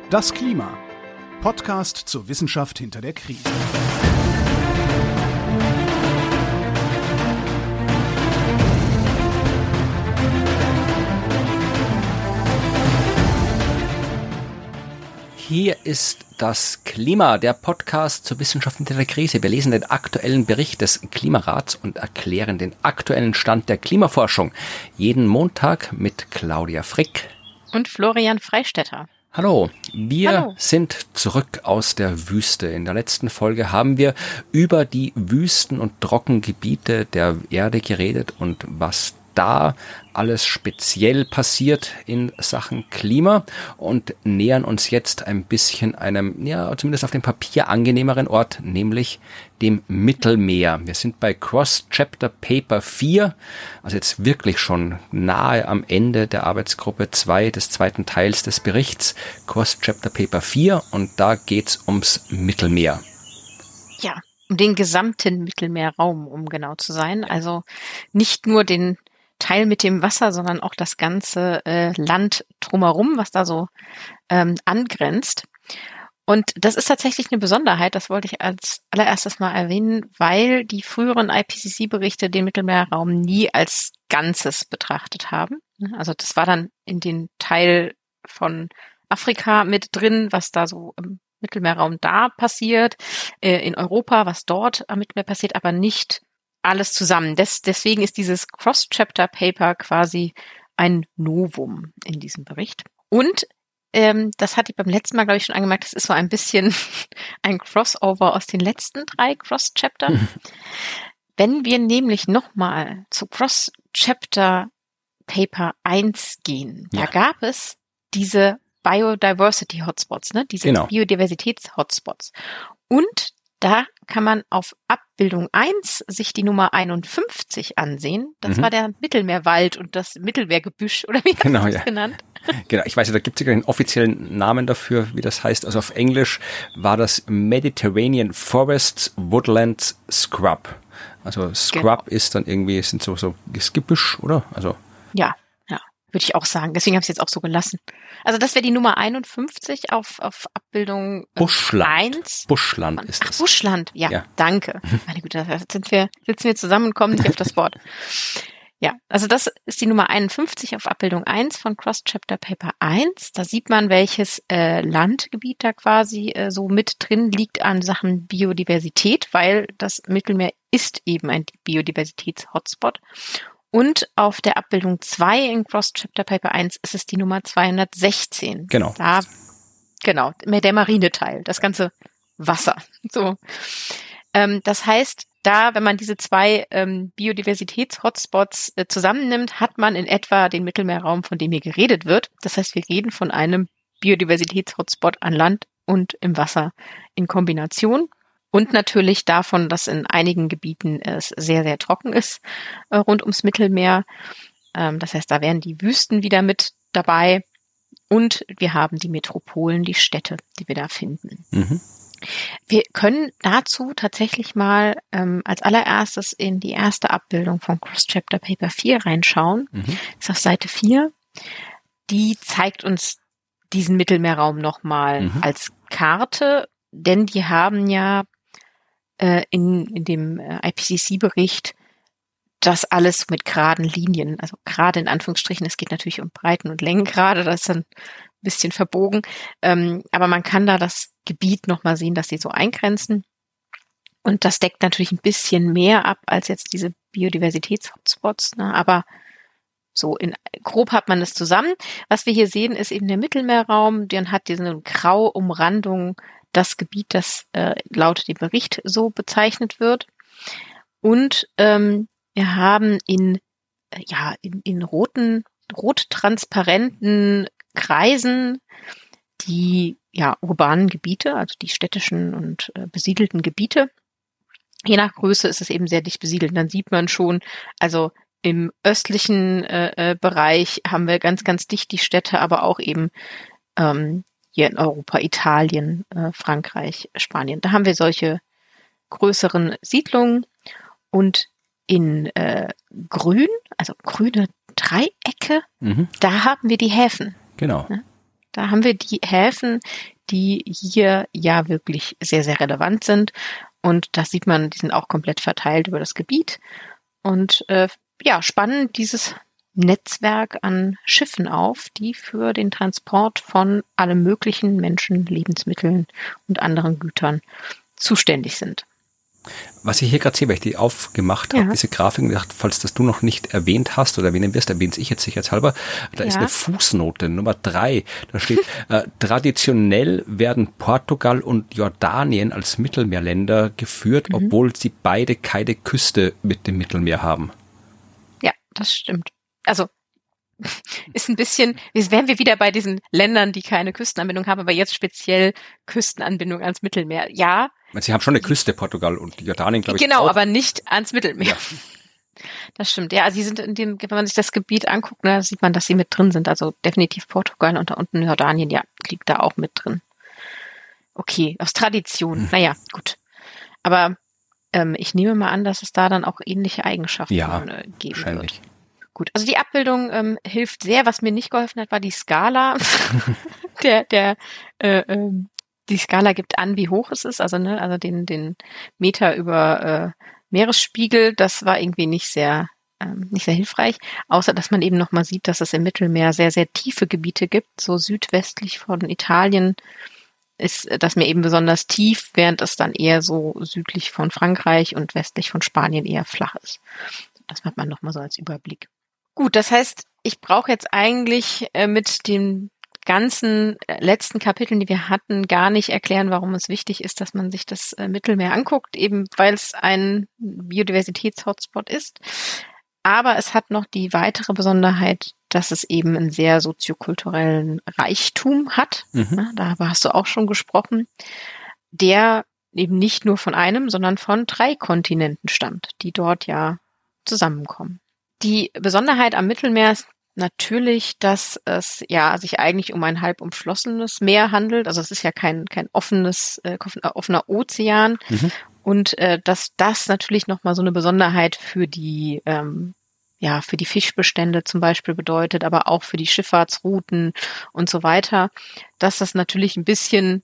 Das Klima. Podcast zur Wissenschaft hinter der Krise. Hier ist das Klima, der Podcast zur Wissenschaft hinter der Krise. Wir lesen den aktuellen Bericht des Klimarats und erklären den aktuellen Stand der Klimaforschung. Jeden Montag mit Claudia Frick und Florian Freistetter. Hallo, wir sind zurück aus der Wüste. In der letzten Folge haben wir über die Wüsten- und Trockengebiete der Erde geredet und was da alles speziell passiert in Sachen Klima und nähern uns jetzt ein bisschen einem, ja, zumindest auf dem Papier angenehmeren Ort, nämlich dem Mittelmeer. Wir sind bei Cross-Chapter Paper 4, also jetzt wirklich schon nahe am Ende der Arbeitsgruppe 2 des zweiten Teils des Berichts, Cross-Chapter Paper 4, und da geht's ums Mittelmeer. Ja, um den gesamten Mittelmeerraum, um genau zu sein. Also nicht nur den Teil mit dem Wasser, sondern auch das ganze Land drumherum, was da so angrenzt. Und das ist tatsächlich eine Besonderheit, das wollte ich als allererstes mal erwähnen, weil die früheren IPCC-Berichte den Mittelmeerraum nie als Ganzes betrachtet haben. Also das war dann in den Teil von Afrika mit drin, was da so im Mittelmeerraum da passiert, in Europa, was dort am Mittelmeer passiert, aber nicht alles zusammen. Deswegen ist dieses Cross-Chapter-Paper quasi ein Novum in diesem Bericht. Und das hatte ich beim letzten Mal, glaube ich, schon angemerkt, das ist so ein bisschen ein Crossover aus den letzten 3 Cross-Chapter. Wenn wir nämlich nochmal zu Cross-Chapter-Paper 1 gehen, da gab es diese Biodiversity-Hotspots, ne? Diese Biodiversitäts-Hotspots. Und da kann man auf Abbildung 1 sich die Nummer 51 ansehen. Das war der Mittelmeerwald und das Mittelmeergebüsch, oder wie hast du das genannt? Genau, ich weiß, da gibt es sogar einen offiziellen Namen dafür, wie das heißt. Also auf Englisch war das Mediterranean Forests Woodlands Scrub. Also Scrub ist dann irgendwie, sind so das Gebüsch, oder? Also ja, würde ich auch sagen. Deswegen habe ich es jetzt auch so gelassen. Also das wäre die Nummer 51 auf Abbildung Buschland. 1. Buschland ist das. Ach, Buschland, ja. Danke. Meine Güte, da sitzen wir zusammen und kommen nicht auf das Wort. Ja, also das ist die Nummer 51 auf Abbildung 1 von Cross-Chapter Paper 1. Da sieht man, welches Landgebiet da quasi so mit drin liegt an Sachen Biodiversität, weil das Mittelmeer ist eben ein Biodiversitäts-Hotspot. Und auf der Abbildung 2 in Cross-Chapter Paper 1 ist es die Nummer 216. Genau. Der Marineteil, das ganze Wasser. So. Das heißt, da, wenn man diese 2 Biodiversitäts-Hotspots zusammennimmt, hat man in etwa den Mittelmeerraum, von dem hier geredet wird. Das heißt, wir reden von einem Biodiversitäts-Hotspot an Land und im Wasser in Kombination. Und natürlich davon, dass in einigen Gebieten es sehr, sehr trocken ist rund ums Mittelmeer. Das heißt, da wären die Wüsten wieder mit dabei. Und wir haben die Metropolen, die Städte, die wir da finden. Wir können dazu tatsächlich mal als allererstes in die erste Abbildung von Cross-Chapter Paper 4 reinschauen. Das ist auf Seite 4. Die zeigt uns diesen Mittelmeerraum nochmal als Karte, denn die haben ja in dem IPCC-Bericht das alles mit geraden Linien, also gerade in Anführungsstrichen, es geht natürlich um Breiten- und Längengrade, das ist dann ein bisschen verbogen, aber man kann da das Gebiet nochmal sehen, dass sie so eingrenzen, und das deckt natürlich ein bisschen mehr ab als jetzt diese Biodiversitäts-Hotspots, ne? Aber so grob hat man es zusammen. Was wir hier sehen, ist eben der Mittelmeerraum, der hat diese graue Umrandung, das Gebiet, das laut dem Bericht so bezeichnet wird. Und wir haben in rot-transparenten Kreisen die urbanen Gebiete, also die städtischen und besiedelten Gebiete. Je nach Größe ist es eben sehr dicht besiedelt. Dann sieht man schon, also im östlichen Bereich haben wir ganz, ganz dicht die Städte, aber auch eben hier in Europa, Italien, Frankreich, Spanien. Da haben wir solche größeren Siedlungen, und in grün, also grüne Dreiecke, da haben wir die Häfen. Genau. Da haben wir die Häfen, die hier ja wirklich sehr, sehr relevant sind. Und das sieht man, die sind auch komplett verteilt über das Gebiet. Und spannen dieses Netzwerk an Schiffen auf, die für den Transport von allem möglichen Menschen, Lebensmitteln und anderen Gütern zuständig sind. Was ich hier gerade sehe, weil ich die aufgemacht habe, diese Grafik, gedacht, falls das du noch nicht erwähnt hast oder erwähnen wirst, erwähne ich jetzt sicherheitshalber, da ist eine Fußnote, Nummer 3, da steht, traditionell werden Portugal und Jordanien als Mittelmeerländer geführt, obwohl sie beide keine Küste mit dem Mittelmeer haben. Ja, das stimmt. Also ist ein bisschen, jetzt wären wir wieder bei diesen Ländern, die keine Küstenanbindung haben, aber jetzt speziell Küstenanbindung ans Mittelmeer. Ja. Sie haben schon eine Küste, Portugal und Jordanien, glaube ich. Genau, auch. Aber nicht ans Mittelmeer. Ja. Das stimmt. Ja, sie sind wenn man sich das Gebiet anguckt, da sieht man, dass sie mit drin sind. Also definitiv Portugal und da unten Jordanien, ja, liegt da auch mit drin. Okay, aus Tradition. Naja, gut. Aber ich nehme mal an, dass es da dann auch ähnliche Eigenschaften geben wird. Gut, also die Abbildung hilft sehr. Was mir nicht geholfen hat, war die Skala. Die Skala gibt an, wie hoch es ist, also den Meter über Meeresspiegel. Das war irgendwie nicht sehr hilfreich, außer dass man eben nochmal sieht, dass es im Mittelmeer sehr, sehr tiefe Gebiete gibt. So südwestlich von Italien ist das Meer eben besonders tief, während es dann eher so südlich von Frankreich und westlich von Spanien eher flach ist. Das hat man nochmal so als Überblick. Gut, das heißt, ich brauche jetzt eigentlich mit den ganzen letzten Kapiteln, die wir hatten, gar nicht erklären, warum es wichtig ist, dass man sich das Mittelmeer anguckt, eben weil es ein Biodiversitäts-Hotspot ist. Aber es hat noch die weitere Besonderheit, dass es eben einen sehr soziokulturellen Reichtum hat. Ja, darüber hast du auch schon gesprochen, der eben nicht nur von einem, sondern von 3 Kontinenten stammt, die dort ja zusammenkommen. Die Besonderheit am Mittelmeer ist natürlich, dass es ja sich eigentlich um ein halb umschlossenes Meer handelt. Also es ist ja kein offener Ozean. Und dass das natürlich nochmal so eine Besonderheit für die Fischbestände zum Beispiel bedeutet, aber auch für die Schifffahrtsrouten und so weiter, dass das natürlich ein bisschen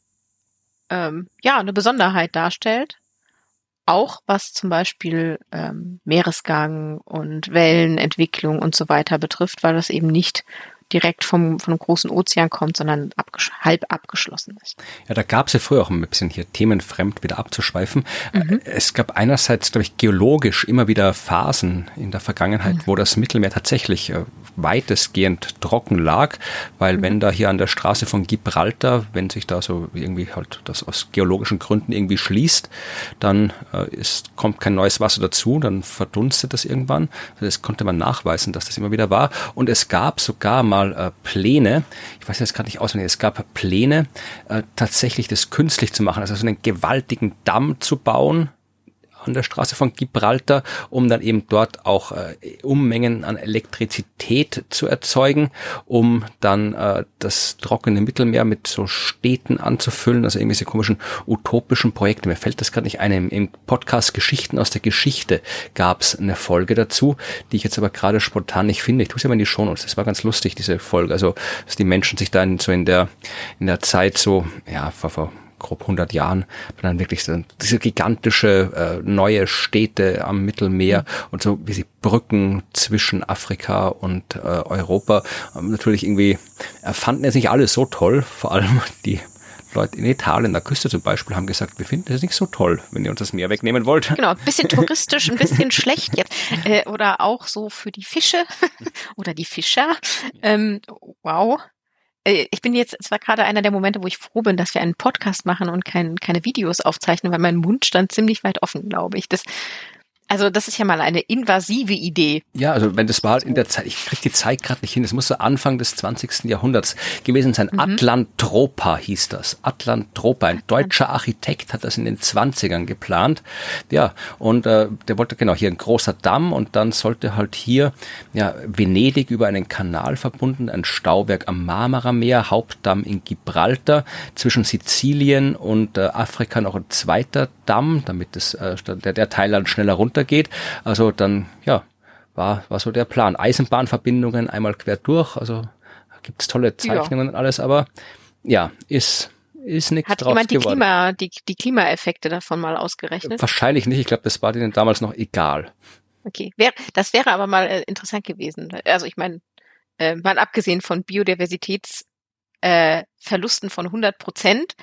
eine Besonderheit darstellt. Auch was zum Beispiel Meeresgang und Wellenentwicklung und so weiter betrifft, weil das eben nicht direkt von einem großen Ozean kommt, sondern halb abgeschlossen ist. Ja, da gab es ja früher auch ein bisschen hier themenfremd wieder abzuschweifen. Es gab einerseits, glaube ich, geologisch immer wieder Phasen in der Vergangenheit, wo das Mittelmeer tatsächlich weitestgehend trocken lag, weil wenn da hier an der Straße von Gibraltar, wenn sich da so irgendwie halt das aus geologischen Gründen irgendwie schließt, dann kommt kein neues Wasser dazu, dann verdunstet das irgendwann. Das konnte man nachweisen, dass das immer wieder war. Und es gab sogar mal Pläne, ich weiß jetzt gerade nicht auswendig, es gab Pläne, tatsächlich das künstlich zu machen, also so einen gewaltigen Damm zu bauen an der Straße von Gibraltar, um dann eben dort auch Unmengen an Elektrizität zu erzeugen, um dann das trockene Mittelmeer mit so Städten anzufüllen, also irgendwelche komischen utopischen Projekte. Mir fällt das gerade nicht ein. Im Podcast Geschichten aus der Geschichte gab es eine Folge dazu, die ich jetzt aber gerade spontan nicht finde. Ich tue es aber in die Shownotes. Das war ganz lustig, diese Folge. Also, dass die Menschen sich dann so in der Zeit so, vor grob 100 Jahren, dann wirklich so diese gigantische neue Städte am Mittelmeer und so wie sie Brücken zwischen Afrika und Europa natürlich irgendwie fanden jetzt nicht alle so toll, vor allem die Leute in Italien, an der Küste zum Beispiel, haben gesagt, wir finden das nicht so toll, wenn ihr uns das Meer wegnehmen wollt. Genau, ein bisschen touristisch, ein bisschen schlecht jetzt. Oder auch so für die Fische oder die Fischer. Wow. Ich bin jetzt, es war gerade einer der Momente, wo ich froh bin, dass wir einen Podcast machen und keine Videos aufzeichnen, weil mein Mund stand ziemlich weit offen, glaube ich. Also das ist ja mal eine invasive Idee. Ja, also wenn das war halt in der Zeit, ich krieg die Zeit gerade nicht hin, das muss so Anfang des 20. Jahrhunderts gewesen sein. Atlantropa hieß das. Atlantropa, ein deutscher Architekt hat das in den 20ern geplant. Ja, und der wollte genau hier ein großer Damm und dann sollte halt hier Venedig über einen Kanal verbunden, ein Stauwerk am Marmarameer, Hauptdamm in Gibraltar, zwischen Sizilien und Afrika noch ein zweiter Damm, damit der Teil dann schneller runtergeht. Also dann, war so der Plan. Eisenbahnverbindungen einmal quer durch, also gibt's tolle Zeichnungen und alles, aber ja, ist nichts Hat draus jemand geworden. die Klimaeffekte davon mal ausgerechnet? Wahrscheinlich nicht. Ich glaube, das war denen damals noch egal. Okay, das wäre aber mal interessant gewesen. Also ich meine, mal abgesehen von Biodiversitätsverlusten von 100%.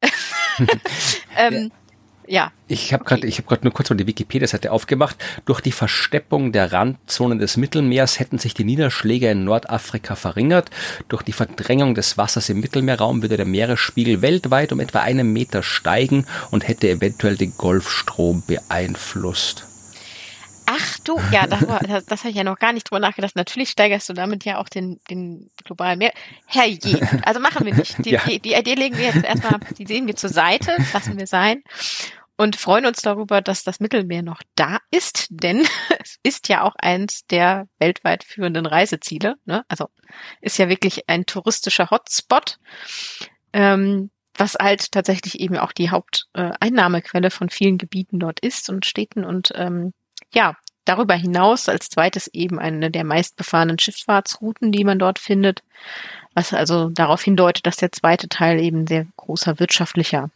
Ja. Ich habe gerade nur kurz mal die Wikipedia-Seite aufgemacht. Durch die Versteppung der Randzonen des Mittelmeers hätten sich die Niederschläge in Nordafrika verringert. Durch die Verdrängung des Wassers im Mittelmeerraum würde der Meeresspiegel weltweit um etwa 1 Meter steigen und hätte eventuell den Golfstrom beeinflusst. Ach du, ja, das habe ich ja noch gar nicht drüber nachgedacht. Natürlich steigerst du damit ja auch den globalen Meer. Herrje, also machen wir nicht. Die Idee legen wir jetzt erstmal, die sehen wir zur Seite, lassen wir sein und freuen uns darüber, dass das Mittelmeer noch da ist, denn es ist ja auch eins der weltweit führenden Reiseziele, ne? Also ist ja wirklich ein touristischer Hotspot, was halt tatsächlich eben auch die Haupteinnahmequelle von vielen Gebieten dort ist und Städten und ja, darüber hinaus als zweites eben eine der meistbefahrenen Schifffahrtsrouten, die man dort findet, was also darauf hindeutet, dass der zweite Teil eben sehr großer wirtschaftlicher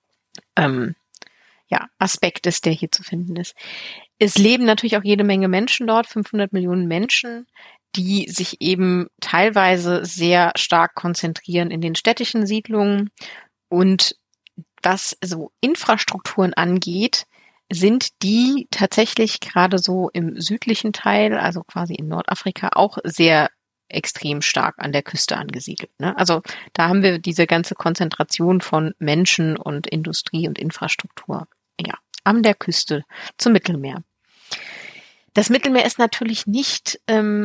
Aspekt ist, der hier zu finden ist. Es leben natürlich auch jede Menge Menschen dort, 500 Millionen Menschen, die sich eben teilweise sehr stark konzentrieren in den städtischen Siedlungen. Und was so Infrastrukturen angeht, sind die tatsächlich gerade so im südlichen Teil, also quasi in Nordafrika, auch sehr extrem stark an der Küste angesiedelt, ne? Also da haben wir diese ganze Konzentration von Menschen und Industrie und Infrastruktur, ja, an der Küste zum Mittelmeer. Das Mittelmeer ist natürlich nicht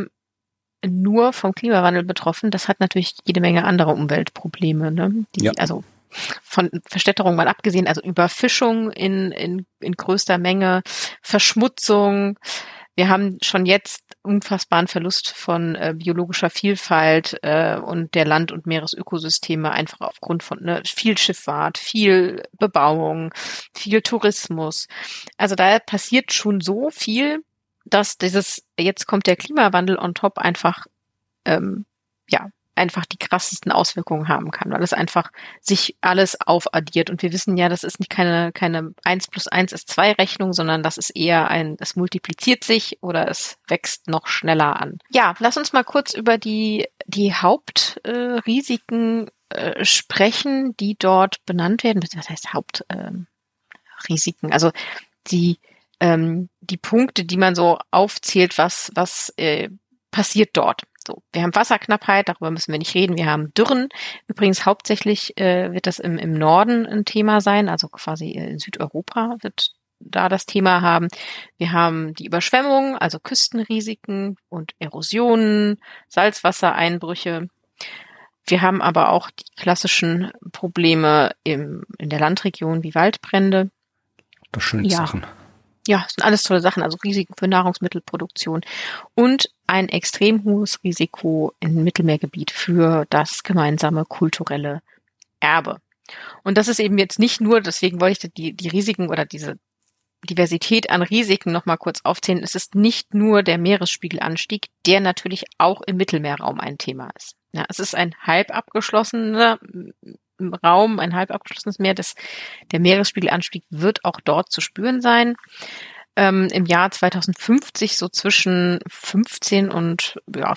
nur vom Klimawandel betroffen, das hat natürlich jede Menge andere Umweltprobleme, ne? Also von Verstädterung mal abgesehen, also Überfischung in größter Menge, Verschmutzung. Wir haben schon jetzt unfassbaren Verlust von biologischer Vielfalt und der Land- und Meeresökosysteme einfach aufgrund von viel Schifffahrt, viel Bebauung, viel Tourismus. Also da passiert schon so viel, dass jetzt kommt der Klimawandel on top einfach einfach die krassesten Auswirkungen haben kann, weil es einfach sich alles aufaddiert. Und wir wissen ja, das ist nicht keine 1 + 1 ist 2 Rechnung, sondern das ist eher es multipliziert sich oder es wächst noch schneller an. Ja, lass uns mal kurz über die Hauptrisiken sprechen, die dort benannt werden. Was heißt Hauptrisiken? Also die Punkte, die man so aufzählt, was passiert dort. So, wir haben Wasserknappheit, darüber müssen wir nicht reden. Wir haben Dürren. Übrigens hauptsächlich wird das im Norden ein Thema sein, also quasi in Südeuropa wird da das Thema haben. Wir haben die Überschwemmung, also Küstenrisiken und Erosionen, Salzwassereinbrüche. Wir haben aber auch die klassischen Probleme in der Landregion wie Waldbrände. Das schöne Sachen. Ja, das sind alles tolle Sachen, also Risiken für Nahrungsmittelproduktion und ein extrem hohes Risiko im Mittelmeergebiet für das gemeinsame kulturelle Erbe. Und das ist eben jetzt nicht nur, deswegen wollte ich die Risiken oder diese Diversität an Risiken nochmal kurz aufzählen. Es ist nicht nur der Meeresspiegelanstieg, der natürlich auch im Mittelmeerraum ein Thema ist. Ja, es ist ein halb abgeschlossener Raum, ein halb abgeschlossenes Meer. Der Meeresspiegelanstieg wird auch dort zu spüren sein. Im Jahr 2050 so zwischen 15 und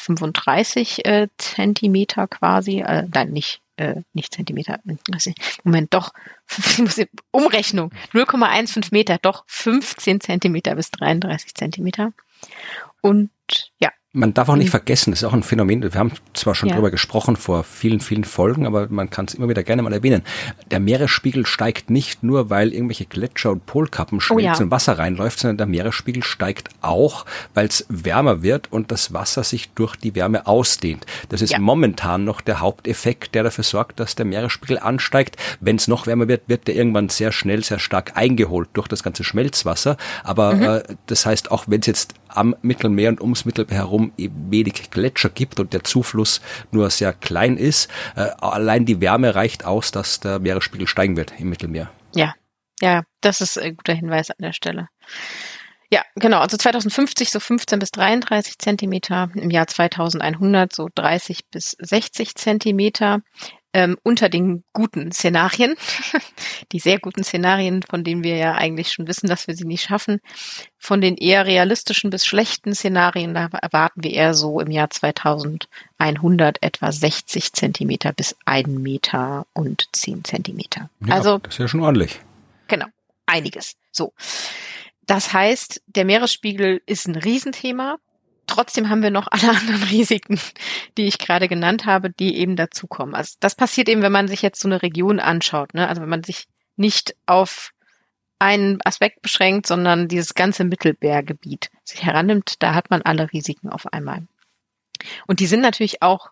35 Zentimeter quasi. Nein, nicht Zentimeter. Moment, doch. Umrechnung. 0,15 Meter, doch 15 Zentimeter bis 33 Zentimeter. Und ja. Man darf auch nicht vergessen, das ist auch ein Phänomen, wir haben zwar schon drüber gesprochen vor vielen, vielen Folgen, aber man kann es immer wieder gerne mal erwähnen. Der Meeresspiegel steigt nicht nur, weil irgendwelche Gletscher und Polkappen schmelzen und Wasser reinläuft, sondern der Meeresspiegel steigt auch, weil es wärmer wird und das Wasser sich durch die Wärme ausdehnt. Das ist momentan noch der Haupteffekt, der dafür sorgt, dass der Meeresspiegel ansteigt. Wenn es noch wärmer wird, wird der irgendwann sehr schnell, sehr stark eingeholt durch das ganze Schmelzwasser. Aber das heißt, auch wenn es jetzt am Mittelmeer und ums Mittelmeer herum eben wenig Gletscher gibt und der Zufluss nur sehr klein ist, allein die Wärme reicht aus, dass der Meeresspiegel steigen wird im Mittelmeer. Ja, das ist ein guter Hinweis an der Stelle. Ja, genau. Also 2050 so 15 bis 33 Zentimeter, im Jahr 2100 so 30 bis 60 Zentimeter. Unter den guten Szenarien, die sehr guten Szenarien, von denen wir ja eigentlich schon wissen, dass wir sie nicht schaffen. Von den eher realistischen bis schlechten Szenarien, da erwarten wir eher so im Jahr 2100 etwa 60 Zentimeter bis 1 Meter und 10 Zentimeter. Ja, also das ist ja schon ordentlich. Genau, einiges. So. Das heißt, der Meeresspiegel ist ein Riesenthema. Trotzdem haben wir noch alle anderen Risiken, die ich gerade genannt habe, die eben dazukommen. Also das passiert eben, wenn man sich jetzt so eine Region anschaut, ne? Also wenn man sich nicht auf einen Aspekt beschränkt, sondern dieses ganze Mittelmeergebiet sich herannimmt, da hat man alle Risiken auf einmal. Und die sind natürlich auch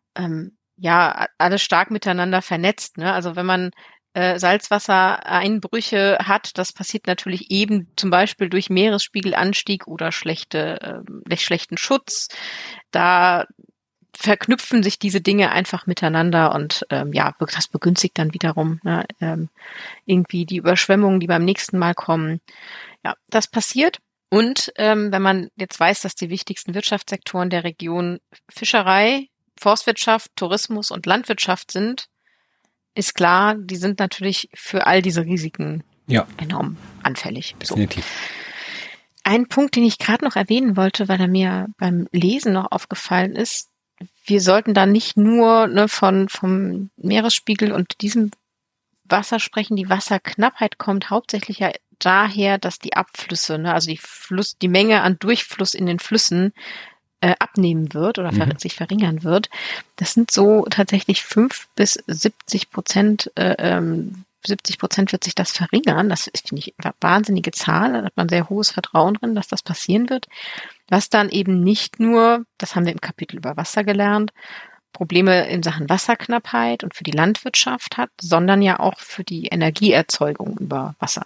alle stark miteinander vernetzt, ne? Also wenn man Salzwassereinbrüche hat, das passiert natürlich eben zum Beispiel durch Meeresspiegelanstieg oder schlechten Schutz. Da verknüpfen sich diese Dinge einfach miteinander und das begünstigt dann wiederum irgendwie die Überschwemmungen, die beim nächsten Mal kommen. Ja, das passiert. Und wenn man jetzt weiß, dass die wichtigsten Wirtschaftssektoren der Region Fischerei, Forstwirtschaft, Tourismus und Landwirtschaft sind, ist klar, die sind natürlich für all diese Risiken enorm anfällig. Definitiv. So. Ein Punkt, den ich gerade noch erwähnen wollte, weil er mir beim Lesen noch aufgefallen ist, wir sollten da nicht nur vom Meeresspiegel und diesem Wasser sprechen. Die Wasserknappheit kommt hauptsächlich ja daher, dass die Abflüsse, also die Menge an Durchfluss in den Flüssen abnehmen wird oder sich verringern wird. Das sind so tatsächlich 5 bis 70%. 70% wird sich das verringern. Das ist, finde ich, eine wahnsinnige Zahl. Da hat man sehr hohes Vertrauen drin, dass das passieren wird. Was dann eben nicht nur, das haben wir im Kapitel über Wasser gelernt, Probleme in Sachen Wasserknappheit und für die Landwirtschaft hat, sondern ja auch für die Energieerzeugung über Wasser.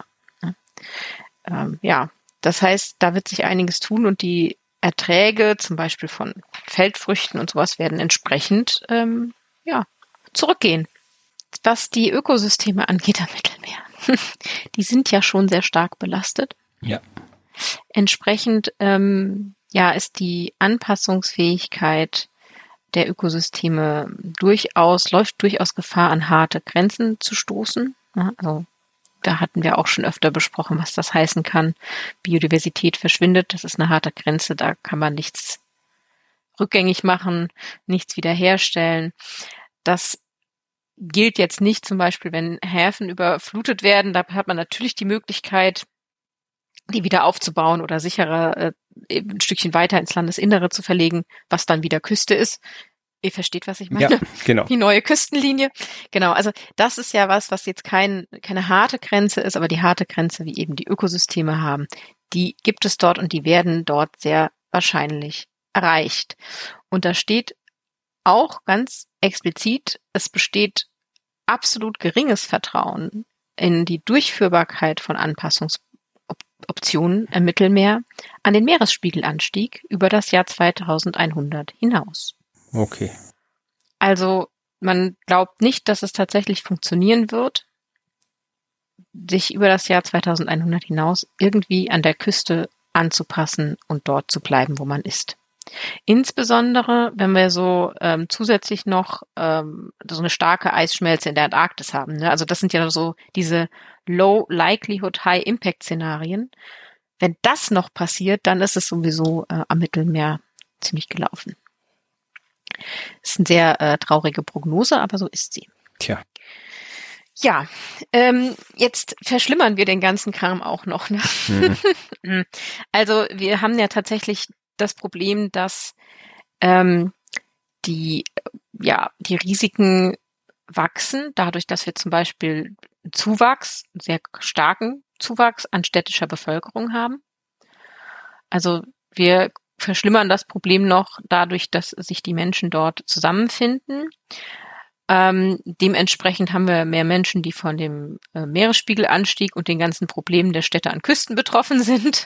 Das heißt, da wird sich einiges tun und die Erträge, zum Beispiel von Feldfrüchten und sowas, werden entsprechend zurückgehen. Was die Ökosysteme angeht am Mittelmeer, die sind ja schon sehr stark belastet. Ja. Entsprechend ist die Anpassungsfähigkeit der Ökosysteme läuft durchaus Gefahr, an harte Grenzen zu stoßen. Ja, also da hatten wir auch schon öfter besprochen, was das heißen kann. Biodiversität verschwindet, das ist eine harte Grenze, da kann man nichts rückgängig machen, nichts wiederherstellen. Das gilt jetzt nicht zum Beispiel, wenn Häfen überflutet werden, da hat man natürlich die Möglichkeit, die wieder aufzubauen oder sicherer ein Stückchen weiter ins Landesinnere zu verlegen, was dann wieder Küste ist. Ihr versteht, was ich meine? Ja, genau. Die neue Küstenlinie. Genau, also das ist ja was jetzt keine harte Grenze ist, aber die harte Grenze, wie eben die Ökosysteme haben, die gibt es dort und die werden dort sehr wahrscheinlich erreicht. Und da steht auch ganz explizit, es besteht absolut geringes Vertrauen in die Durchführbarkeit von Anpassungsoptionen im Mittelmeer an den Meeresspiegelanstieg über das Jahr 2100 hinaus. Okay. Also man glaubt nicht, dass es tatsächlich funktionieren wird, sich über das Jahr 2100 hinaus irgendwie an der Küste anzupassen und dort zu bleiben, wo man ist. Insbesondere, wenn wir so zusätzlich noch so eine starke Eisschmelze in der Antarktis haben. Ne? Also das sind ja so diese Low Likelihood, High Impact Szenarien. Wenn das noch passiert, dann ist es sowieso am Mittelmeer ziemlich gelaufen. Das ist eine sehr traurige Prognose, aber so ist sie. Tja. Ja, jetzt verschlimmern wir den ganzen Kram auch noch. Ne? Mhm. Also wir haben ja tatsächlich das Problem, dass die Risiken wachsen, dadurch, dass wir zum Beispiel einen sehr starken Zuwachs an städtischer Bevölkerung haben. Also wir verschlimmern das Problem noch dadurch, dass sich die Menschen dort zusammenfinden. Dementsprechend haben wir mehr Menschen, die von dem Meeresspiegelanstieg und den ganzen Problemen der Städte an Küsten betroffen sind.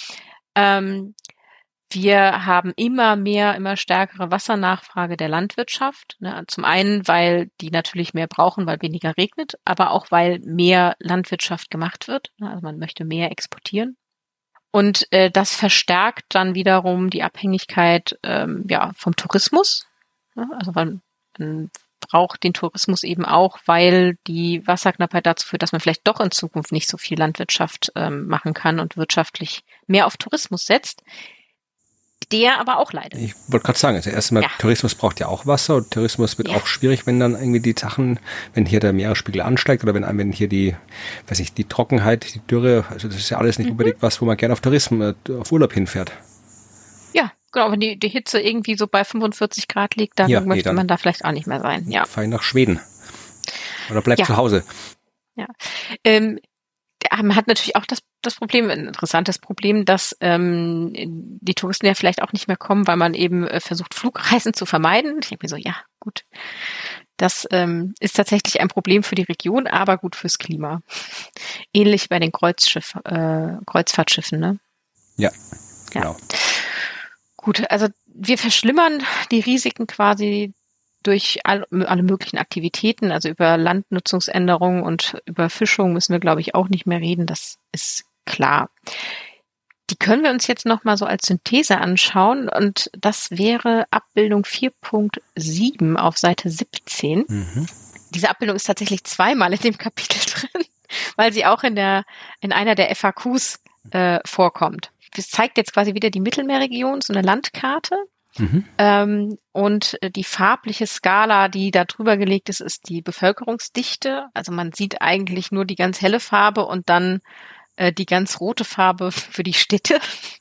Wir haben immer stärkere Wassernachfrage der Landwirtschaft. Ne? Zum einen, weil die natürlich mehr brauchen, weil weniger regnet, aber auch, weil mehr Landwirtschaft gemacht wird. Also man möchte mehr exportieren. Und das verstärkt dann wiederum die Abhängigkeit vom Tourismus. Ja, also man braucht den Tourismus eben auch, weil die Wasserknappheit dazu führt, dass man vielleicht doch in Zukunft nicht so viel Landwirtschaft machen kann und wirtschaftlich mehr auf Tourismus setzt, der aber auch leidet. Ich wollte gerade sagen, also erstmal, Tourismus braucht ja auch Wasser und Tourismus wird auch schwierig, wenn dann irgendwie die Sachen, wenn hier der Meeresspiegel ansteigt oder wenn hier die Trockenheit, die Dürre, also das ist ja alles nicht unbedingt was, wo man gerne auf Urlaub hinfährt. Ja, genau, wenn die Hitze irgendwie so bei 45 Grad liegt, dann möchte man da vielleicht auch nicht mehr sein. Ja. Fahr nach Schweden. Oder bleib zu Hause. Ja. Man hat natürlich auch das Problem, ein interessantes Problem, dass die Touristen ja vielleicht auch nicht mehr kommen, weil man eben versucht, Flugreisen zu vermeiden. Ich denke mir so, ja, gut. Das ist tatsächlich ein Problem für die Region, aber gut fürs Klima. Ähnlich bei den Kreuzfahrtschiffen, ne? Ja, genau. Ja. Gut, also wir verschlimmern die Risiken quasi durch alle möglichen Aktivitäten, also über Landnutzungsänderungen und Überfischung müssen wir, glaube ich, auch nicht mehr reden, das ist klar. Die können wir uns jetzt nochmal so als Synthese anschauen und das wäre Abbildung 4.7 auf Seite 17. Mhm. Diese Abbildung ist tatsächlich zweimal in dem Kapitel drin, weil sie auch in einer der FAQs vorkommt. Das zeigt jetzt quasi wieder die Mittelmeerregion, so eine Landkarte. Mhm. Und die farbliche Skala, die da drüber gelegt ist, ist die Bevölkerungsdichte. Also man sieht eigentlich nur die ganz helle Farbe und dann die ganz rote Farbe für die Städte.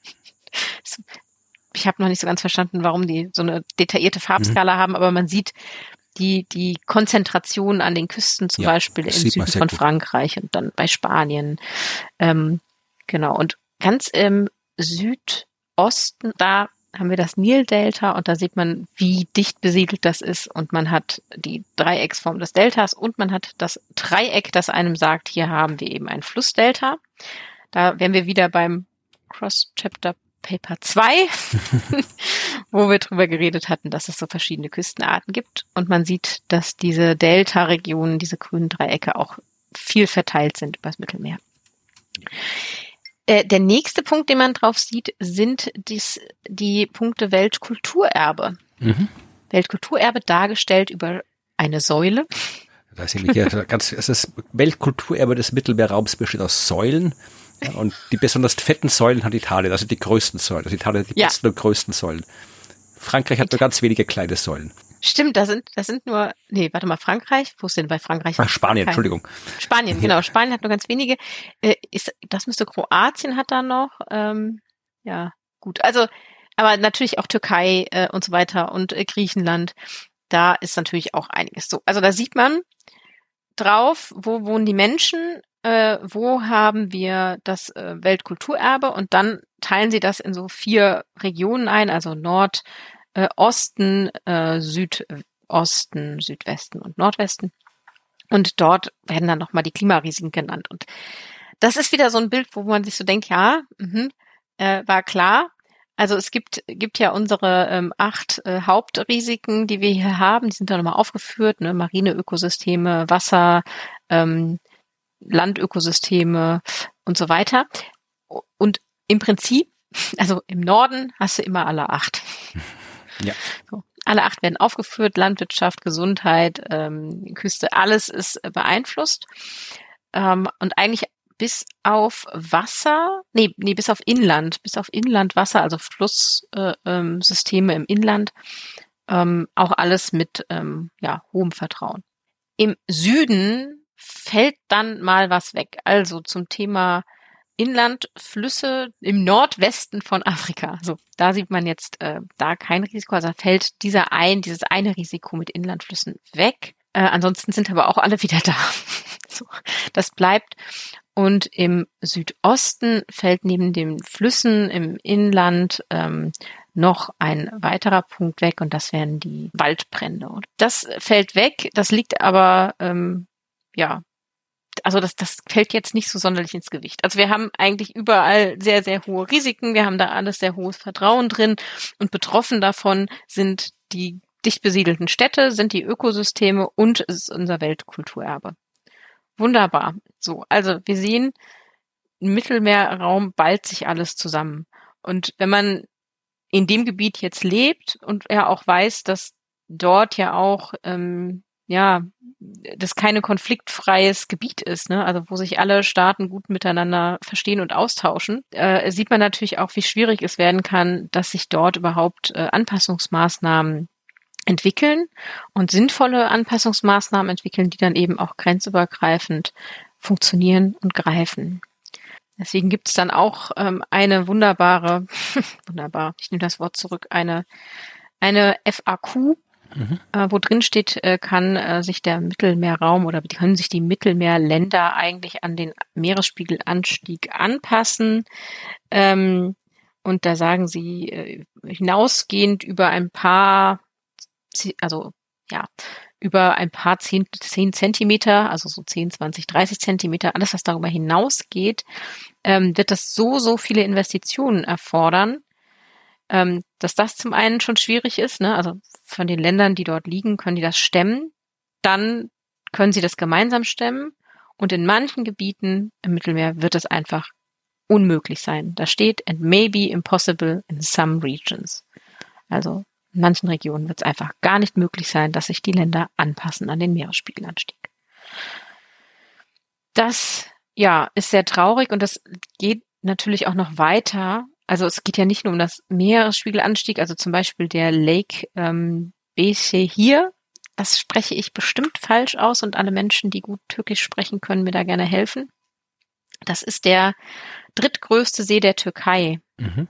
Ich habe noch nicht so ganz verstanden, warum die so eine detaillierte Farbskala haben, aber man sieht die Konzentration an den Küsten zum Beispiel im Süden von Frankreich und dann bei Spanien. Genau. Und ganz im Südosten, da haben wir das Nildelta und da sieht man, wie dicht besiedelt das ist und man hat die Dreiecksform des Deltas und man hat das Dreieck, das einem sagt, hier haben wir eben ein Flussdelta. Da wären wir wieder beim Cross-Chapter Paper 2, wo wir drüber geredet hatten, dass es so verschiedene Küstenarten gibt und man sieht, dass diese Delta-Regionen, diese grünen Dreiecke auch viel verteilt sind übers Mittelmeer. Der nächste Punkt, den man drauf sieht, sind die Punkte Weltkulturerbe. Mhm. Weltkulturerbe dargestellt über eine Säule. Da sind wir hier das Weltkulturerbe des Mittelmeerraums besteht aus Säulen. Ja, und die besonders fetten Säulen hat Italien, also die größten Säulen. Also Italien hat die besten und größten Säulen. Frankreich hat nur ganz wenige kleine Säulen. Stimmt, das sind nur, Frankreich, wo ist denn bei Frankreich? Ach, Spanien, Entschuldigung. Spanien, genau, Spanien hat nur ganz wenige. Das müsste Kroatien hat da noch, gut. Also, aber natürlich auch Türkei und so weiter und Griechenland, da ist natürlich auch einiges so. Also da sieht man drauf, wo wohnen die Menschen, wo haben wir das Weltkulturerbe und dann teilen sie das in so 4 Regionen ein, also Nord, Osten, Südosten, Südwesten und Nordwesten. Und dort werden dann nochmal die Klimarisiken genannt. Und das ist wieder so ein Bild, wo man sich so denkt, war klar. Also es gibt ja unsere 8 Hauptrisiken, die wir hier haben. Die sind da nochmal aufgeführt, ne? Marine Ökosysteme, Wasser, Landökosysteme und so weiter. Und im Prinzip, also im Norden hast du immer alle 8. Ja. So, alle 8 werden aufgeführt, Landwirtschaft, Gesundheit, Küste, alles ist beeinflusst. Und eigentlich bis auf Wasser, bis auf Inlandwasser, also Flusssysteme im Inland, auch alles mit hohem Vertrauen. Im Süden fällt dann mal was weg. Also zum Thema Inlandflüsse im Nordwesten von Afrika. So, da sieht man jetzt da kein Risiko. Also fällt dieses eine Risiko mit Inlandflüssen weg. Ansonsten sind aber auch alle wieder da. So, das bleibt. Und im Südosten fällt neben den Flüssen im Inland noch ein weiterer Punkt weg und das wären die Waldbrände. Und das fällt weg. Das liegt aber also das fällt jetzt nicht so sonderlich ins Gewicht. Also wir haben eigentlich überall sehr, sehr hohe Risiken. Wir haben da alles sehr hohes Vertrauen drin und betroffen davon sind die dicht besiedelten Städte, sind die Ökosysteme und es ist unser Weltkulturerbe. Wunderbar. So, also wir sehen, Mittelmeerraum ballt sich alles zusammen. Und wenn man in dem Gebiet jetzt lebt und ja auch weiß, dass dort ja auch das keine konfliktfreies Gebiet ist, ne? Also wo sich alle Staaten gut miteinander verstehen und austauschen, sieht man natürlich auch, wie schwierig es werden kann, dass sich dort überhaupt Anpassungsmaßnahmen entwickeln und sinnvolle Anpassungsmaßnahmen entwickeln, die dann eben auch grenzübergreifend funktionieren und greifen. Deswegen gibt es dann auch eine wunderbar, ich nehme das Wort zurück, eine FAQ, wo drin steht, kann sich der Mittelmeerraum oder können sich die Mittelmeerländer eigentlich an den Meeresspiegelanstieg anpassen. Und da sagen sie hinausgehend über ein paar, über ein paar 10 Zentimeter, also so 10, 20, 30 Zentimeter, alles was darüber hinausgeht, wird das so viele Investitionen erfordern, dass das zum einen schon schwierig ist, ne? Also von den Ländern, die dort liegen, können die das stemmen. Dann können sie das gemeinsam stemmen. Und in manchen Gebieten im Mittelmeer wird es einfach unmöglich sein. Da steht, and may be impossible in some regions. Also in manchen Regionen wird es einfach gar nicht möglich sein, dass sich die Länder anpassen an den Meeresspiegelanstieg. Das, ist sehr traurig und das geht natürlich auch noch weiter. Also es geht ja nicht nur um das Meeresspiegelanstieg, also zum Beispiel der Lake Beşehir. Das spreche ich bestimmt falsch aus und alle Menschen, die gut Türkisch sprechen, können mir da gerne helfen. Das ist der drittgrößte See der Türkei. Mhm.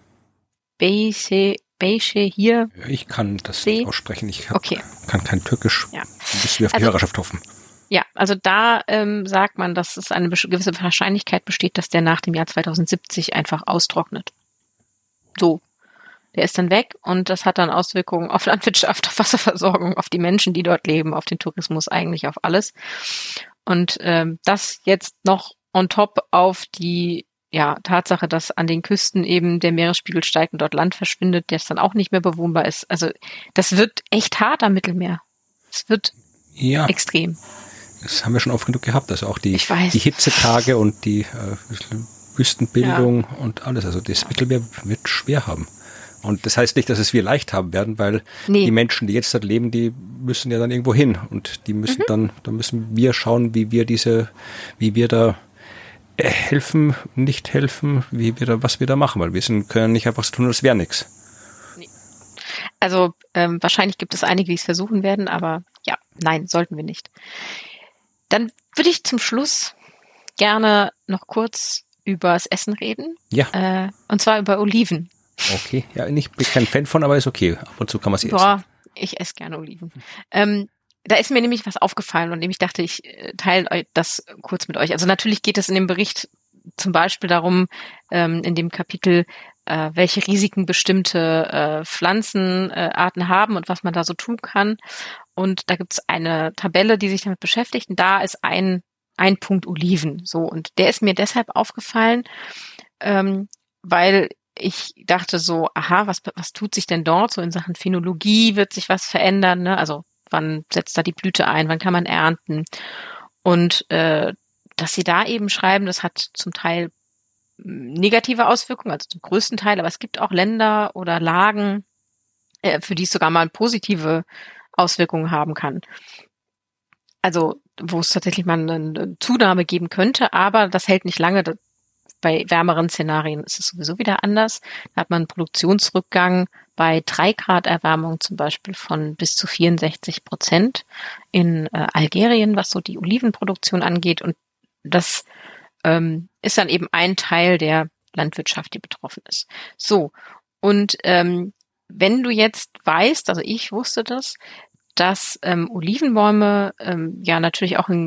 Beşehir. Ich kann das nicht aussprechen. Ich kann kein Türkisch. Ja. Du bist wie auf die Hörerschaft hoffen. Ja, also da sagt man, dass es eine gewisse Wahrscheinlichkeit besteht, dass der nach dem Jahr 2070 einfach austrocknet. So, der ist dann weg und das hat dann Auswirkungen auf Landwirtschaft, auf Wasserversorgung, auf die Menschen, die dort leben, auf den Tourismus, eigentlich auf alles. Und das jetzt noch on top auf die Tatsache, dass an den Küsten eben der Meeresspiegel steigt und dort Land verschwindet, der dann auch nicht mehr bewohnbar ist. Also das wird echt hart am Mittelmeer. Es wird extrem. Das haben wir schon oft genug gehabt. Also auch die Hitzetage und die Wüstenbildung und alles. Also das Mittelmeer wird schwer haben. Und das heißt nicht, dass es wir leicht haben werden, weil die Menschen, die jetzt dort leben, die müssen ja dann irgendwo hin. Und die müssen da müssen wir schauen, wie wir da helfen, nicht helfen, was wir da machen, weil wir können nicht einfach so tun, als wäre nichts. Nee. Also wahrscheinlich gibt es einige, die es versuchen werden, aber nein, sollten wir nicht. Dann würde ich zum Schluss gerne noch kurz über das Essen reden. Ja. Und zwar über Oliven. Okay, ich bin kein Fan von, aber ist okay. Ab und zu kann man sie essen. Ich esse gerne Oliven. Da ist mir nämlich was aufgefallen und ich dachte, ich teile das kurz mit euch. Also natürlich geht es in dem Bericht zum Beispiel darum, in dem Kapitel, welche Risiken bestimmte Pflanzenarten haben und was man da so tun kann. Und da gibt es eine Tabelle, die sich damit beschäftigt. Und da ist ein Punkt Oliven. So, und der ist mir deshalb aufgefallen, weil ich dachte so, was tut sich denn dort? So in Sachen Phänologie wird sich was verändern, ne? Also wann setzt da die Blüte ein? Wann kann man ernten? Und dass sie da eben schreiben, das hat zum Teil negative Auswirkungen, also zum größten Teil, aber es gibt auch Länder oder Lagen, für die es sogar mal positive Auswirkungen haben kann. Also wo es tatsächlich mal eine Zunahme geben könnte, aber das hält nicht lange. Bei wärmeren Szenarien ist es sowieso wieder anders. Da hat man einen Produktionsrückgang bei 3 Grad Erwärmung zum Beispiel von bis zu 64% in Algerien, was so die Olivenproduktion angeht. Und das ist dann eben ein Teil der Landwirtschaft, die betroffen ist. So, und wenn du jetzt weißt, also ich wusste das, dass Olivenbäume natürlich auch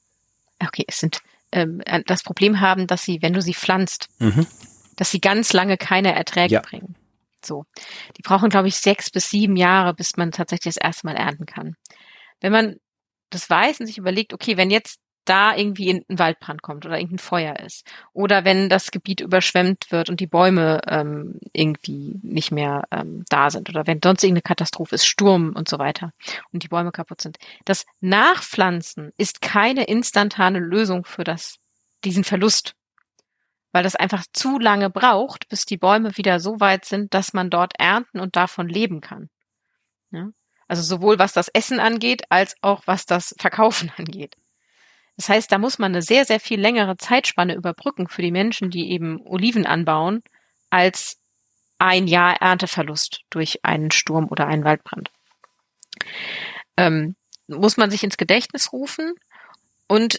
das Problem haben, dass sie, wenn du sie pflanzt, dass sie ganz lange keine Erträge bringen. So, die brauchen, glaube ich, 6 bis 7 Jahre, bis man tatsächlich das erste Mal ernten kann. Wenn man das weiß und sich überlegt, okay, wenn jetzt da irgendwie ein Waldbrand kommt oder irgendein Feuer ist oder wenn das Gebiet überschwemmt wird und die Bäume irgendwie nicht mehr da sind oder wenn sonst irgendeine Katastrophe ist, Sturm und so weiter und die Bäume kaputt sind. Das Nachpflanzen ist keine instantane Lösung für diesen Verlust, weil das einfach zu lange braucht, bis die Bäume wieder so weit sind, dass man dort ernten und davon leben kann. Ja? Also sowohl was das Essen angeht, als auch was das Verkaufen angeht. Das heißt, da muss man eine sehr, sehr viel längere Zeitspanne überbrücken für die Menschen, die eben Oliven anbauen, als ein Jahr Ernteverlust durch einen Sturm oder einen Waldbrand. Muss man sich ins Gedächtnis rufen. Und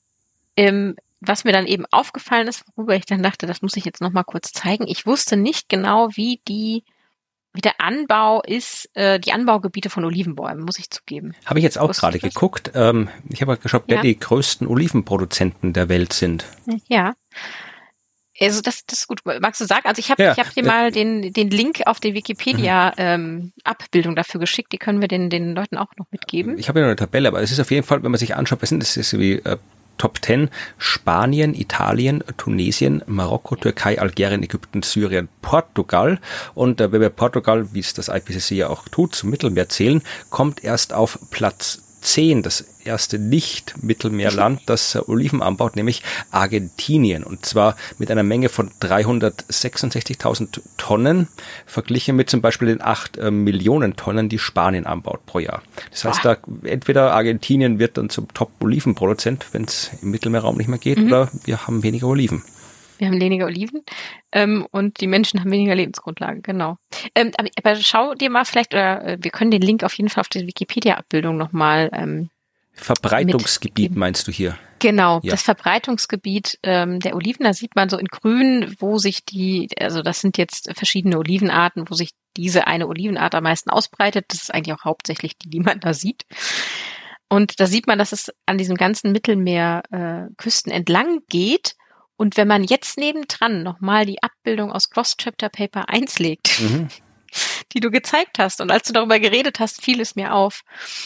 was mir dann eben aufgefallen ist, worüber ich dann dachte, das muss ich jetzt nochmal kurz zeigen. Ich wusste nicht genau, wie der Anbau ist, die Anbaugebiete von Olivenbäumen, muss ich zugeben. Habe ich jetzt auch gerade geguckt. Ich habe geschaut, wer die größten Olivenproduzenten der Welt sind. Ja. Also das ist gut. Magst du sagen? Also ich habe dir mal den Link auf die Wikipedia Abbildung dafür geschickt. Die können wir den Leuten auch noch mitgeben. Ich habe ja noch eine Tabelle, aber es ist auf jeden Fall, wenn man sich anschaut, das ist wie Top 10, Spanien, Italien, Tunesien, Marokko, Türkei, Algerien, Ägypten, Syrien, Portugal. Und wenn wir Portugal, wie es das IPCC ja auch tut, zum Mittelmeer zählen, kommt erst auf Platz 10, das erste Nicht-Mittelmeerland, das Oliven anbaut, nämlich Argentinien. Und zwar mit einer Menge von 366.000 Tonnen, verglichen mit zum Beispiel den 8 Millionen Tonnen, die Spanien anbaut pro Jahr. Das heißt, da entweder Argentinien wird dann zum Top-Olivenproduzent, wenn es im Mittelmeerraum nicht mehr geht, oder wir haben weniger Oliven. Wir haben weniger Oliven und die Menschen haben weniger Lebensgrundlage, genau. Aber schau dir mal vielleicht, oder wir können den Link auf jeden Fall auf die Wikipedia-Abbildung nochmal Verbreitungsgebiet meinst du hier? Genau, ja. Das Verbreitungsgebiet der Oliven, da sieht man so in grün, wo sich also das sind jetzt verschiedene Olivenarten, wo sich diese eine Olivenart am meisten ausbreitet. Das ist eigentlich auch hauptsächlich die man da sieht. Und da sieht man, dass es an diesen ganzen Mittelmeerküsten entlang geht. Und wenn man jetzt nebendran nochmal die Abbildung aus Cross-Chapter Paper 1 legt, die du gezeigt hast, und als du darüber geredet hast, fiel es mir auf,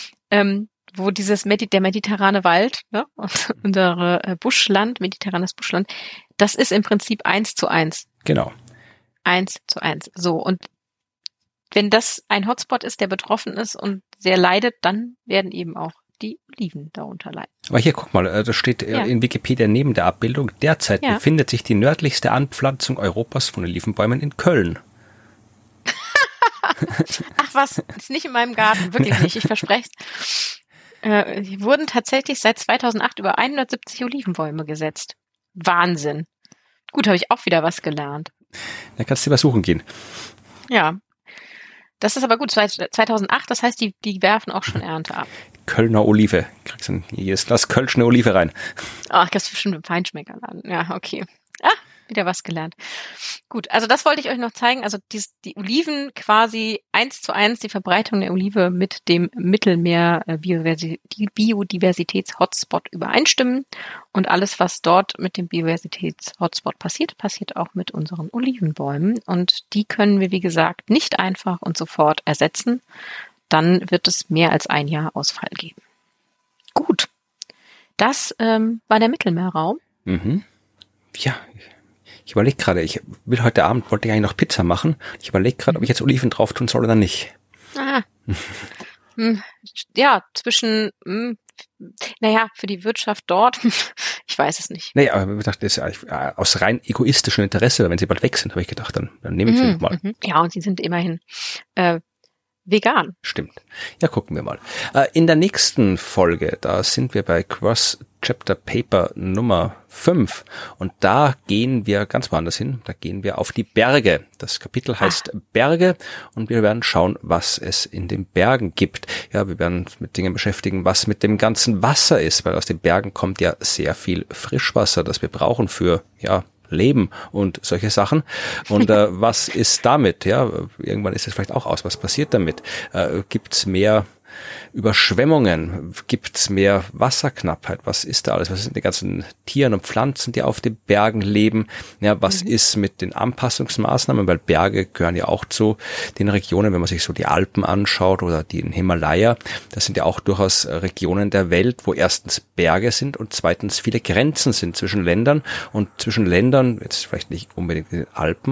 wo der mediterrane Wald, ne, und unsere Buschland, mediterranes Buschland, das ist im Prinzip 1:1. Genau. 1:1. So, und wenn das ein Hotspot ist, der betroffen ist und sehr leidet, dann werden eben auch die Oliven darunter leiden. Aber hier, guck mal, da steht in Wikipedia neben der Abbildung, derzeit befindet sich die nördlichste Anpflanzung Europas von Olivenbäumen in Köln. Ach was, ist nicht in meinem Garten, wirklich nicht, ich verspreche es. Wurden tatsächlich seit 2008 über 170 Olivenbäume gesetzt. Wahnsinn. Gut, habe ich auch wieder was gelernt. Da kannst du mal suchen gehen. Ja. Das ist aber gut, 2008, das heißt, die werfen auch schon Ernte ab. Kölner Olive. Kriegst du jedes Glas Kölschner Olive rein. Ach, das ist bestimmt im Feinschmeckerladen. Ja, okay. Wieder was gelernt. Gut, also das wollte ich euch noch zeigen. Also die Oliven quasi 1:1, die Verbreitung der Olive mit dem Mittelmeer Biodiversitäts-Hotspot übereinstimmen. Und alles, was dort mit dem Biodiversitäts-Hotspot passiert, passiert auch mit unseren Olivenbäumen. Und die können wir, wie gesagt, nicht einfach und sofort ersetzen. Dann wird es mehr als ein Jahr Ausfall geben. Gut, das war der Mittelmeerraum. Mhm. Ja, ich überlege gerade, wollte ich eigentlich noch Pizza machen. Ich überlege gerade, ob ich jetzt Oliven drauf tun soll oder nicht. Ja, für die Wirtschaft dort, ich weiß es nicht. Nee, aber ich dachte, das ist aus rein egoistischem Interesse, wenn sie bald weg sind, habe ich gedacht, dann nehme ich sie mal. Ja, und sie sind immerhin vegan. Stimmt. Ja, gucken wir mal. In der nächsten Folge, da sind wir bei Cross-Chapter Paper Nummer 5 und da gehen wir ganz woanders hin. Da gehen wir auf die Berge. Das Kapitel heißt Berge und wir werden schauen, was es in den Bergen gibt. Ja, wir werden uns mit Dingen beschäftigen, was mit dem ganzen Wasser ist, weil aus den Bergen kommt ja sehr viel Frischwasser, das wir brauchen für, Leben und solche Sachen. Und was ist damit? Ja, irgendwann ist es vielleicht auch aus. Was passiert damit? Gibt's mehr Überschwemmungen? Gibt's mehr Wasserknappheit? Was ist da alles? Was sind die ganzen Tieren und Pflanzen, die auf den Bergen leben? Ja, was ist mit den Anpassungsmaßnahmen? Weil Berge gehören ja auch zu den Regionen, wenn man sich so die Alpen anschaut oder den Himalaya. Das sind ja auch durchaus Regionen der Welt, wo erstens Berge sind und zweitens viele Grenzen sind zwischen Ländern und zwischen Ländern, jetzt vielleicht nicht unbedingt in den Alpen, aber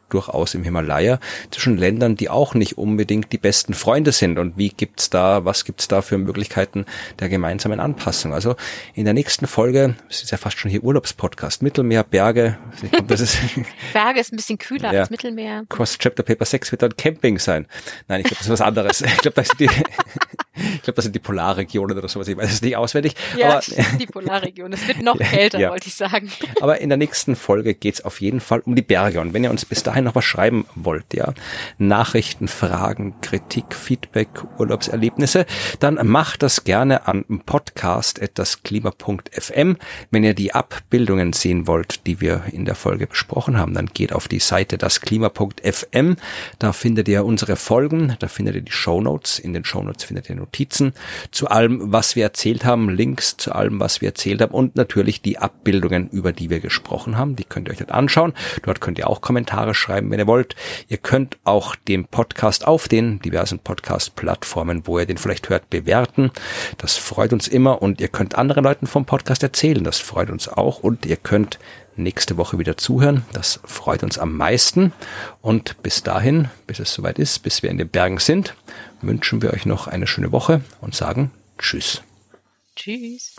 durchaus im Himalaya zwischen Ländern, die auch nicht unbedingt die besten Freunde sind. Und was gibt's da für Möglichkeiten der gemeinsamen Anpassung? Also in der nächsten Folge, das ist ja fast schon hier Urlaubspodcast, Mittelmeer, Berge. Berge ist ein bisschen kühler als Mittelmeer. Cross-Chapter Paper 6 wird dann Camping sein. Nein, ich glaube, das ist was anderes. Ich glaube, das sind die Polarregionen oder sowas. Ich weiß es nicht auswendig. Ja, aber die Polarregion. Es wird noch kälter, wollte ich sagen. Aber in der nächsten Folge geht's auf jeden Fall um die Berge. Und wenn ihr uns bis dahin noch was schreiben wollt, ja, Nachrichten, Fragen, Kritik, Feedback, Urlaubserlebnisse, dann macht das gerne an podcast@dasklima.fm. Wenn ihr die Abbildungen sehen wollt, die wir in der Folge besprochen haben, dann geht auf die Seite dasklima.fm. Da findet ihr unsere Folgen, da findet ihr die Shownotes. In den Shownotes findet ihr Notizen zu allem, was wir erzählt haben, Links zu allem, was wir erzählt haben und natürlich die Abbildungen, über die wir gesprochen haben. Die könnt ihr euch dort anschauen. Dort könnt ihr auch Kommentare schreiben, wenn ihr wollt. Ihr könnt auch den Podcast auf den diversen Podcast-Plattformen, wo ihr den vielleicht hört, bewerten. Das freut uns immer und ihr könnt anderen Leuten vom Podcast erzählen. Das freut uns auch und ihr könnt nächste Woche wieder zuhören. Das freut uns am meisten. Und bis dahin, bis es soweit ist, bis wir in den Bergen sind, wünschen wir euch noch eine schöne Woche und sagen Tschüss. Tschüss.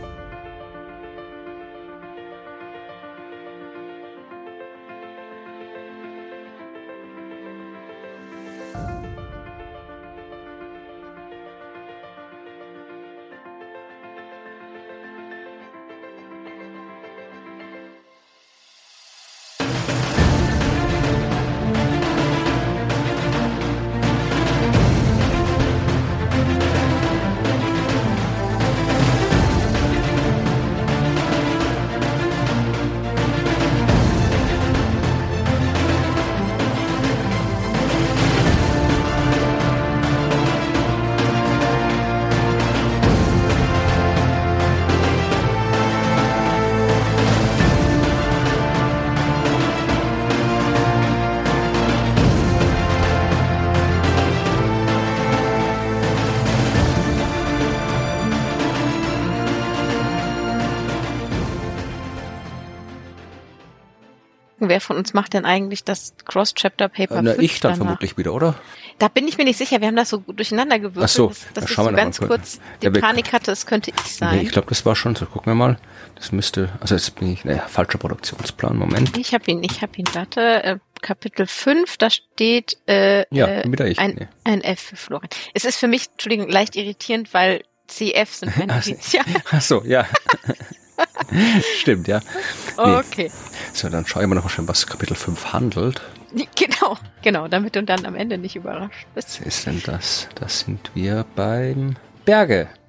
Wer von uns macht denn eigentlich das Cross-Chapter-Paper? Ich dann vermutlich wieder, oder? Da bin ich mir nicht sicher. Wir haben das so durcheinander gewürfelt. Ach so, dass ich so ganz kurz die Panik hatte, es könnte ich sein. Nee, ich glaube, das war schon so. Gucken wir mal. Das müsste, also jetzt bin ich, falscher Produktionsplan, Moment. Ich hab ihn, warte. Kapitel 5, da steht wieder ich. Ein F für Florian. Es ist für mich, Entschuldigung, leicht irritierend, weil CF sind meine Initialen. Ach so, ja. Stimmt, ja. Nee. Okay. So, dann schauen wir noch mal schön, was Kapitel 5 handelt. Genau, damit du dann am Ende nicht überrascht bist. Was ist denn das? Da sind wir beim Berge.